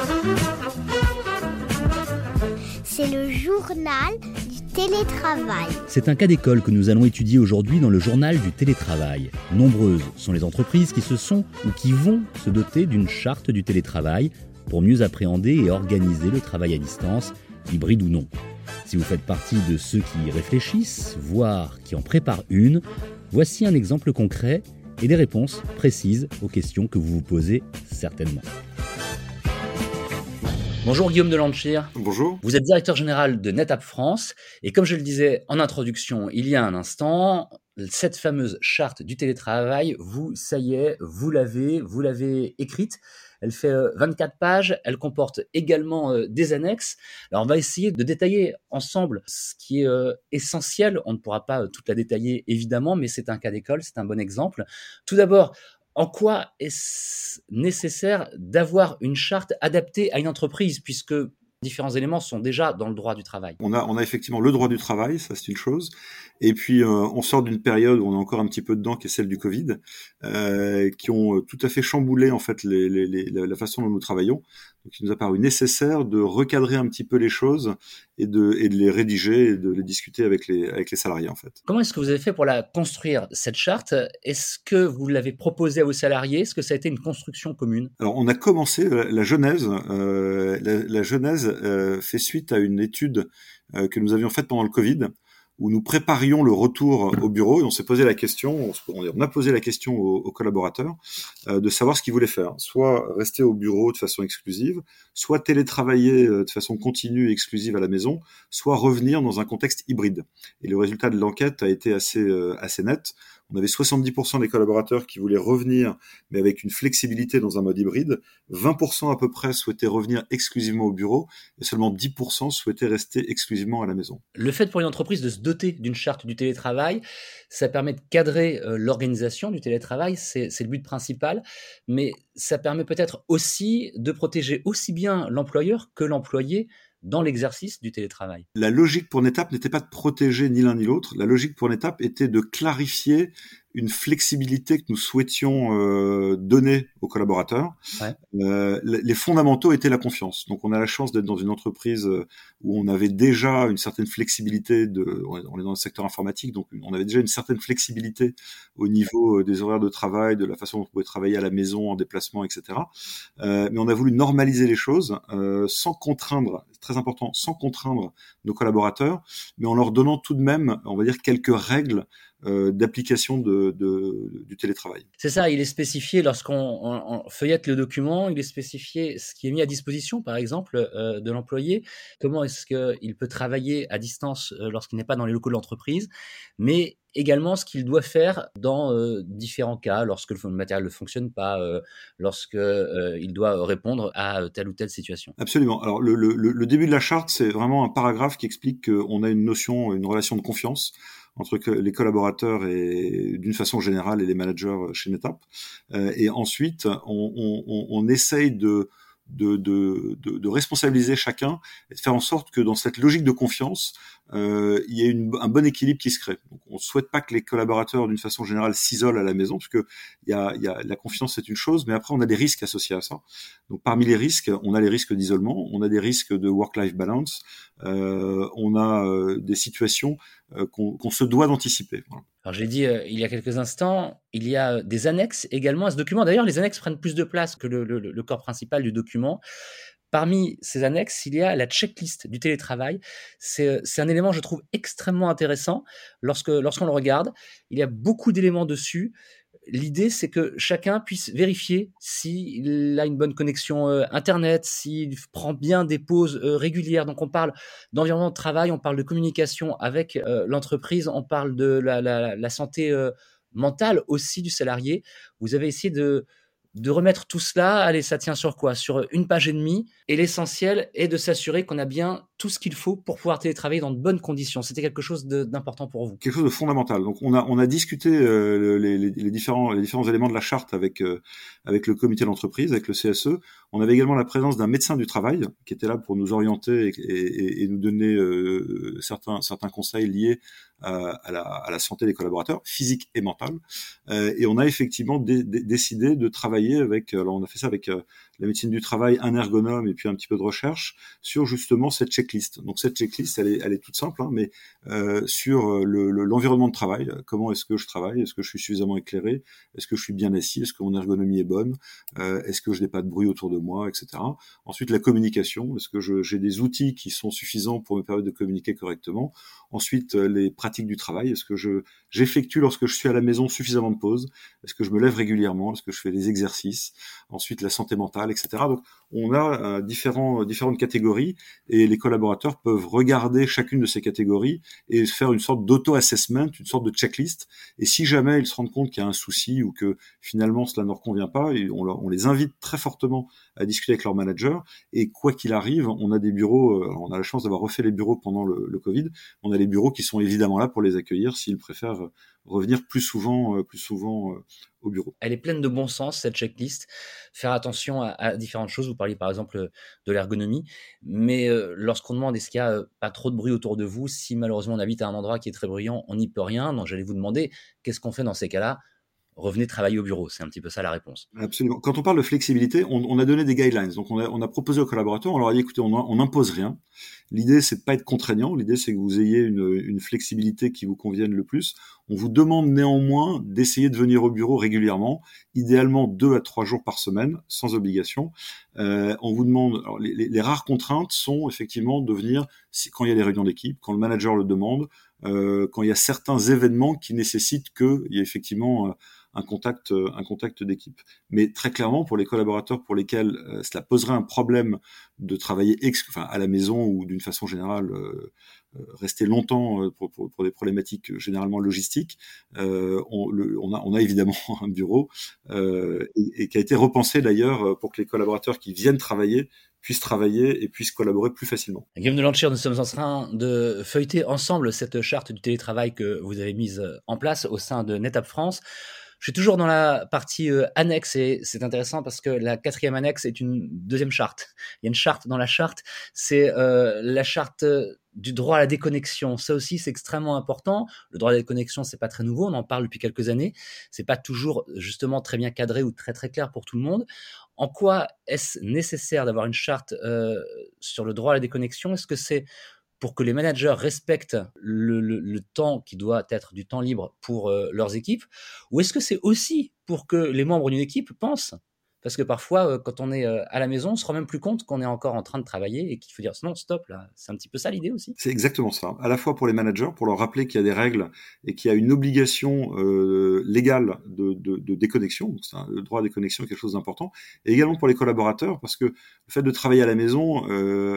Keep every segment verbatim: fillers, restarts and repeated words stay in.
C'est le journal du télétravail. C'est un cas d'école que nous allons étudier aujourd'hui dans le journal du télétravail. Nombreuses sont les entreprises qui se sont ou qui vont se doter d'une charte du télétravail pour mieux appréhender et organiser le travail à distance, hybride ou non. Si vous faites partie de ceux qui y réfléchissent, voire qui en préparent une, voici un exemple concret et des réponses précises aux questions que vous vous posez certainement. Bonjour Guillaume Delanchir. Bonjour. Vous êtes directeur général de NetApp France et comme je le disais en introduction il y a un instant, cette fameuse charte du télétravail, vous, ça y est, vous l'avez, vous l'avez écrite. Elle fait vingt-quatre pages, elle comporte également des annexes. Alors on va essayer de détailler ensemble ce qui est essentiel. On ne pourra pas toute la détailler évidemment, mais c'est un cas d'école, c'est un bon exemple. Tout d'abord, en quoi est-ce nécessaire d'avoir une charte adaptée à une entreprise, puisque différents éléments sont déjà dans le droit du travail? On a, on a effectivement le droit du travail, ça c'est une chose. Et puis euh, on sort d'une période où on est encore un petit peu dedans, qui est celle du Covid, euh, qui ont tout à fait chamboulé en fait les, les, les, la façon dont nous travaillons. Donc il nous a paru nécessaire de recadrer un petit peu les choses et de, et de les rédiger et de les discuter avec les, avec les salariés en fait. Comment est-ce que vous avez fait pour la construire, cette charte? Est-ce que vous l'avez proposée à vos salariés? Est-ce que ça a été une construction commune? Alors on a commencé la, la genèse, euh, la, la genèse euh, fait suite à une étude euh, que nous avions faite pendant le Covid, où nous préparions le retour au bureau et on s'est posé la question, on a posé la question aux, aux collaborateurs euh, de savoir ce qu'ils voulaient faire. Soit rester au bureau de façon exclusive, soit télétravailler de façon continue et exclusive à la maison, soit revenir dans un contexte hybride. Et le résultat de l'enquête a été assez, euh, assez net. On avait soixante-dix pour cent des collaborateurs qui voulaient revenir, mais avec une flexibilité dans un mode hybride. vingt pour cent à peu près souhaitaient revenir exclusivement au bureau et seulement dix pour cent souhaitaient rester exclusivement à la maison. Le fait pour une entreprise de se doter d'une charte du télétravail, ça permet de cadrer euh, l'organisation du télétravail, c'est, c'est le but principal, mais ça permet peut-être aussi de protéger aussi bien l'employeur que l'employé dans l'exercice du télétravail. La logique pour NetApp n'était pas de protéger ni l'un ni l'autre. La logique pour NetApp était de clarifier une flexibilité que nous souhaitions euh, donner aux collaborateurs. Ouais. Euh, les fondamentaux étaient la confiance. Donc on a la chance d'être dans une entreprise où on avait déjà une certaine flexibilité, de, on est dans le secteur informatique, donc on avait déjà une certaine flexibilité au niveau des horaires de travail, de la façon dont on pouvait travailler à la maison, en déplacement, et cetera. Euh, mais on a voulu normaliser les choses euh, sans contraindre, c'est très important, sans contraindre nos collaborateurs, mais en leur donnant tout de même, on va dire, quelques règles Euh, d'application de, de, du télétravail. C'est ça, il est spécifié lorsqu'on on, on feuillette le document, il est spécifié ce qui est mis à disposition, par exemple, euh, de l'employé, comment est-ce qu'il peut travailler à distance euh, lorsqu'il n'est pas dans les locaux de l'entreprise, mais également ce qu'il doit faire dans euh, différents cas, lorsque le matériel ne fonctionne pas, euh, lorsque euh, il doit répondre à telle ou telle situation. Absolument. Alors le, le, le début de la charte, c'est vraiment un paragraphe qui explique qu'on a une notion, une relation de confiance entre les collaborateurs et d'une façon générale et les managers chez NetApp. Euh, et ensuite, on, on, on essaye de De, de, de, de responsabiliser chacun et de faire en sorte que dans cette logique de confiance, euh, il y ait une, un bon équilibre qui se crée. Donc, on ne souhaite pas que les collaborateurs, d'une façon générale, s'isolent à la maison, parce que il y a, il y a, la confiance, c'est une chose, mais après, on a des risques associés à ça. Donc, parmi les risques, on a les risques d'isolement, on a des risques de work-life balance, euh, on a euh, des situations euh, qu'on, qu'on se doit d'anticiper. Voilà. Alors j'ai dit euh, il y a quelques instants, il y a des annexes également à ce document. D'ailleurs, les annexes prennent plus de place que le, le, le corps principal du document. Parmi ces annexes, il y a la checklist du télétravail. C'est, c'est un élément, je trouve, extrêmement intéressant. Lorsque, lorsqu'on le regarde, il y a beaucoup d'éléments dessus. L'idée, c'est que chacun puisse vérifier s'il a une bonne connexion euh, Internet, s'il prend bien des pauses euh, régulières. Donc, on parle d'environnement de travail, on parle de communication avec euh, l'entreprise, on parle de la, la, la santé euh, mentale aussi du salarié. Vous avez essayé de, de remettre tout cela. Allez, ça tient sur quoi? Sur une page et demie. Et l'essentiel est de s'assurer qu'on a bien tout ce qu'il faut pour pouvoir télétravailler dans de bonnes conditions. C'était quelque chose de, d'important pour vous. Quelque chose de fondamental. Donc on a on a discuté euh, les, les, les différents les différents éléments de la charte avec euh, avec le comité d'entreprise, avec le C S E. On avait également la présence d'un médecin du travail qui était là pour nous orienter et, et, et nous donner euh, certains certains conseils liés à, à la à la santé des collaborateurs, physique et mentale. Euh, et on a effectivement dé, dé, décidé de travailler avec. Alors on a fait ça avec euh, la médecine du travail, un ergonome et puis un petit peu de recherche sur justement cette checklist. Donc cette checklist, elle est, elle est toute simple, hein, mais euh, sur le, le, l'environnement de travail. Comment est-ce que je travaille? Est-ce que je suis suffisamment éclairé? Est-ce que je suis bien assis? Est-ce que mon ergonomie est bonne? euh, Est-ce que je n'ai pas de bruit autour de moi, et cetera. Ensuite, la communication. Est-ce que je, j'ai des outils qui sont suffisants pour me permettre de communiquer correctement? Ensuite, les pratiques du travail. Est-ce que je, j'effectue lorsque je suis à la maison suffisamment de pauses? Est-ce que je me lève régulièrement? Est-ce que je fais des exercices? Ensuite, la santé mentale, et cetera. Donc, on a euh, différents, différentes catégories et les collaborateurs peuvent regarder chacune de ces catégories et faire une sorte d'auto-assessment, une sorte de checklist. Et si jamais ils se rendent compte qu'il y a un souci ou que finalement cela ne leur convient pas, et on, leur, on les invite très fortement à discuter avec leur manager. Et quoi qu'il arrive, on a des bureaux, euh, on a la chance d'avoir refait les bureaux pendant le, le Covid. On a les bureaux qui sont évidemment là pour les accueillir s'ils préfèrent revenir plus souvent, euh, plus souvent euh, au bureau. Elle est pleine de bon sens, cette checklist. Faire attention à, à différentes choses. Vous parliez par exemple de l'ergonomie, mais euh, lorsqu'on demande est-ce qu'il n'y a euh, pas trop de bruit autour de vous, si malheureusement on habite à un endroit qui est très bruyant, on n'y peut rien. Donc j'allais vous demander qu'est-ce qu'on fait dans ces cas-là? Revenez travailler au bureau, c'est un petit peu ça la réponse. Absolument. Quand on parle de flexibilité, on, on a donné des guidelines. Donc on a, on a proposé aux collaborateurs, on leur a dit écoutez, on n'impose rien. L'idée c'est de pas être contraignant. L'idée c'est que vous ayez une, une flexibilité qui vous convienne le plus. On vous demande néanmoins d'essayer de venir au bureau régulièrement, idéalement deux à trois jours par semaine, sans obligation. Euh, on vous demande. Alors les, les, les rares contraintes sont effectivement de venir quand il y a des réunions d'équipe, quand le manager le demande, euh, quand il y a certains événements qui nécessitent qu'il y ait effectivement euh, un contact, un contact d'équipe. Mais très clairement, pour les collaborateurs pour lesquels euh, cela poserait un problème de travailler ex- enfin, à la maison ou d'une façon générale, euh, euh, rester longtemps euh, pour, pour, pour des problématiques généralement logistiques, euh, on, le, on, a, on a évidemment un bureau euh, et, et qui a été repensé d'ailleurs pour que les collaborateurs qui viennent travailler puissent travailler et puissent collaborer plus facilement. Guillaume de Lantyre, nous sommes en train de feuilleter ensemble cette charte du télétravail que vous avez mise en place au sein de NetApp France. Je suis toujours dans la partie euh, annexe et c'est intéressant parce que la quatrième annexe est une deuxième charte. Il y a une charte dans la charte, c'est euh, la charte du droit à la déconnexion. Ça aussi, c'est extrêmement important. Le droit à la déconnexion, c'est pas très nouveau, on en parle depuis quelques années. C'est pas toujours justement très bien cadré ou très très clair pour tout le monde. En quoi est-ce nécessaire d'avoir une charte euh, sur le droit à la déconnexion? Est-ce que c'est pour que les managers respectent le, le, le temps qui doit être du temps libre pour euh, leurs équipes, ou est-ce que c'est aussi pour que les membres d'une équipe pensent? Parce que parfois, euh, quand on est euh, à la maison, on se rend même plus compte qu'on est encore en train de travailler et qu'il faut dire non, stop, là. C'est un petit peu ça l'idée aussi. C'est exactement ça. À la fois pour les managers, pour leur rappeler qu'il y a des règles et qu'il y a une obligation euh, légale de, de, de déconnexion. Donc c'est un, le droit à déconnexion est quelque chose d'important. Et également pour les collaborateurs, parce que le fait de travailler à la maison euh,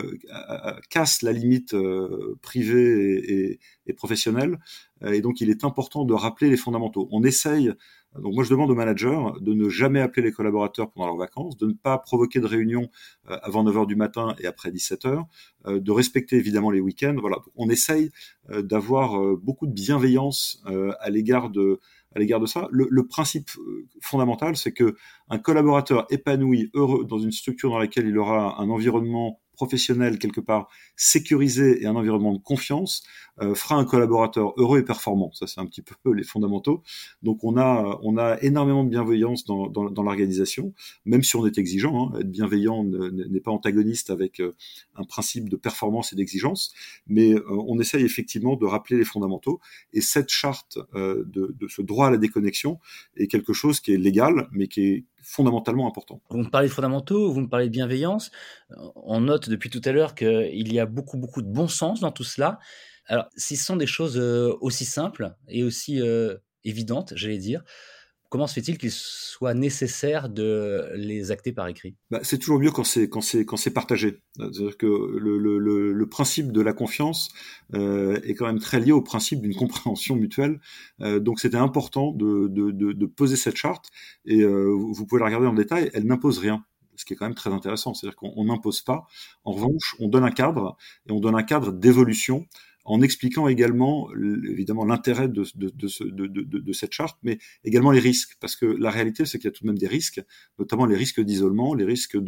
casse la limite euh, privée et, et, et professionnelle. Et donc il est important de rappeler les fondamentaux. On essaye. Donc moi je demande aux managers de ne jamais appeler les collaborateurs pendant leurs vacances, de ne pas provoquer de réunion euh, avant neuf heures du matin et après dix-sept heures, euh, de respecter évidemment les week-ends. Voilà, donc on essaye euh, d'avoir euh, beaucoup de bienveillance euh, à l'égard de à l'égard de ça. Le, le principe fondamental, c'est que un collaborateur épanoui, heureux dans une structure dans laquelle il aura un environnement professionnel quelque part sécurisé et un environnement de confiance euh, fera un collaborateur heureux et performant. Ça, c'est un petit peu les fondamentaux. Donc, on a on a énormément de bienveillance dans dans, dans l'organisation, même si on est exigeant. Hein. Être bienveillant n'est pas antagoniste avec euh, un principe de performance et d'exigence, mais euh, on essaye effectivement de rappeler les fondamentaux. Et cette charte euh, de, de ce droit à la déconnexion est quelque chose qui est légal, mais qui est fondamentalement important. Vous me parlez de fondamentaux, vous me parlez de bienveillance. On note depuis tout à l'heure qu'il y a beaucoup, beaucoup de bon sens dans tout cela. Alors, si ce sont des choses aussi simples et aussi euh, évidentes, j'allais dire, comment se fait-il qu'il soit nécessaire de les acter par écrit? Bah, c'est toujours mieux quand c'est quand c'est quand c'est partagé. C'est-à-dire que le le le, le principe de la confiance euh, est quand même très lié au principe d'une compréhension mutuelle. Euh, donc c'était important de de de, de poser cette charte et euh, vous, vous pouvez la regarder en détail. Elle n'impose rien. Ce qui est quand même très intéressant, c'est-à-dire qu'on n'impose pas. En revanche, on donne un cadre et on donne un cadre d'évolution en expliquant également, évidemment, l'intérêt de, de, de, ce, de, de, de cette charte, mais également les risques. Parce que la réalité, c'est qu'il y a tout de même des risques, notamment les risques d'isolement, les risques de,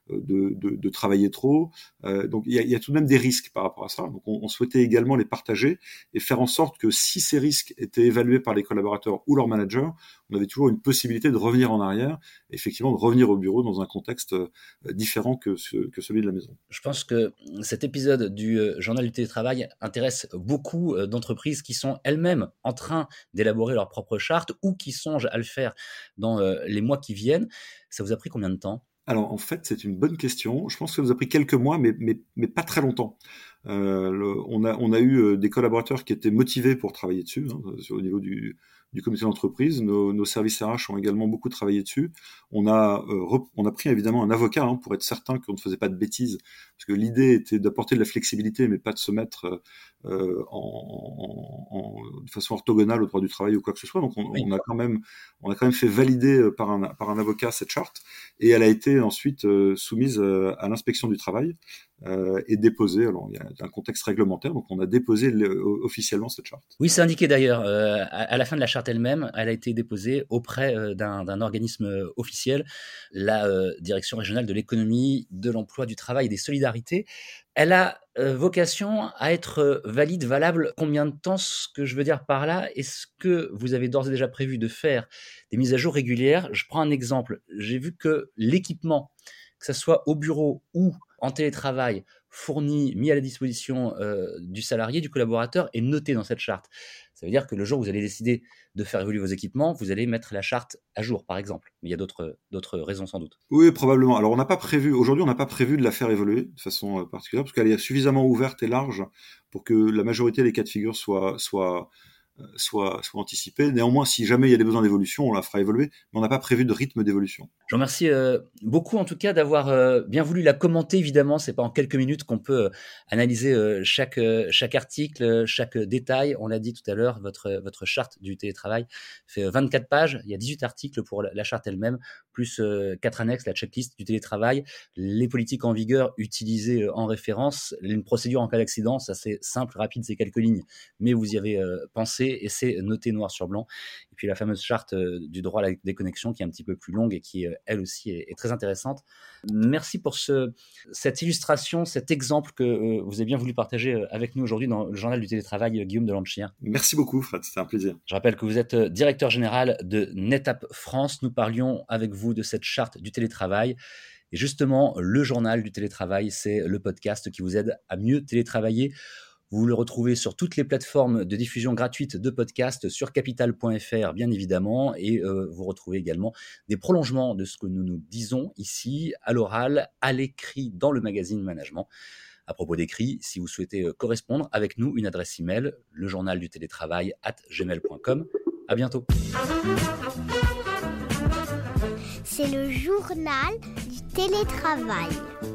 de, de, de travailler trop. Euh, donc il y, a, il y a tout de même des risques par rapport à ça. Donc on, on souhaitait également les partager et faire en sorte que si ces risques étaient évalués par les collaborateurs ou leurs managers, on avait toujours une possibilité de revenir en arrière, et effectivement de revenir au bureau dans un contexte euh, différent que, ce, que celui de la maison. Je pense que cet épisode du euh, journal du télétravail intéresse beaucoup euh, d'entreprises qui sont elles-mêmes en train d'élaborer leur propre charte ou qui songent à le faire dans euh, les mois qui viennent. Ça vous a pris combien de temps ? Alors en fait, c'est une bonne question. Je pense que ça nous a pris quelques mois, mais, mais, mais pas très longtemps. Euh, le, on, a, on a eu des collaborateurs qui étaient motivés pour travailler dessus, hein, au niveau du, du comité d'entreprise. Nos, nos services R H ont également beaucoup travaillé dessus. On a, euh, rep, on a pris évidemment un avocat hein, pour être certain qu'on ne faisait pas de bêtises, parce que l'idée était d'apporter de la flexibilité, mais pas de se mettre euh, en, en, en, de façon orthogonale au droit du travail ou quoi que ce soit. Donc on, oui. on, a, quand même, on a quand même fait valider par un, par un avocat cette charte, et elle a été ensuite euh, soumise euh, à l'inspection du travail euh, et déposée. Alors il y a un contexte réglementaire, donc on a déposé le, officiellement cette charte. Oui, c'est indiqué d'ailleurs. Euh, à, à la fin de la charte elle-même, elle a été déposée auprès euh, d'un, d'un organisme euh, officiel, la euh, Direction régionale de l'économie, de l'emploi, du travail et des solidarités. Elle a euh, vocation à être euh, valide, valable. Combien de temps? Ce que je veux dire par là, est-ce que vous avez d'ores et déjà prévu de faire des mises à jour régulières? Je prends un exemple. J'ai vu que l'équipement, que ce soit au bureau ou en télétravail, fourni, mis à la disposition euh, du salarié, du collaborateur, est noté dans cette charte. Ça veut dire que le jour où vous allez décider de faire évoluer vos équipements, vous allez mettre la charte à jour, par exemple. Mais il y a d'autres, d'autres raisons sans doute. Oui, probablement. Alors, on n'a pas prévu, aujourd'hui, on n'a pas prévu de la faire évoluer de façon particulière, parce qu'elle est suffisamment ouverte et large pour que la majorité des cas de figure soient, soient, soit, soit anticipé. Néanmoins, si jamais il y a des besoins d'évolution, on la fera évoluer, mais on n'a pas prévu de rythme d'évolution. Je vous remercie euh, beaucoup en tout cas d'avoir euh, bien voulu la commenter. Évidemment, c'est pas en quelques minutes qu'on peut euh, analyser euh, chaque euh, chaque article, chaque détail. On l'a dit tout à l'heure, votre votre charte du télétravail fait vingt-quatre pages. Il y a dix-huit articles pour la, la charte elle-même, plus euh, quatre annexes, la checklist du télétravail, les politiques en vigueur utilisées euh, en référence, une procédure en cas d'accident. Ça c'est simple, rapide, c'est quelques lignes, mais vous y avez euh, pensé et c'est noté noir sur blanc. Et puis la fameuse charte euh, du droit à la déconnexion qui est un petit peu plus longue et qui euh, elle aussi est, est très intéressante. Merci pour ce, cette illustration, cet exemple que euh, vous avez bien voulu partager euh, avec nous aujourd'hui dans le journal du télétravail, euh, Guillaume Delanchir. Merci beaucoup Fred, c'était un plaisir. Je rappelle que vous êtes euh, directeur général de NetApp France. Nous parlions avec vous de cette charte du télétravail. Et justement, le journal du télétravail, c'est le podcast qui vous aide à mieux télétravailler. Vous le retrouvez sur toutes les plateformes de diffusion gratuite de podcasts, sur capital point f r bien évidemment, et euh, vous retrouvez également des prolongements de ce que nous nous disons ici, à l'oral, à l'écrit, dans le magazine Management. À propos d'écrit, si vous souhaitez euh, correspondre avec nous, une adresse email, le journal du télétravail arobase gmail point com. À bientôt. C'est le journal du télétravail.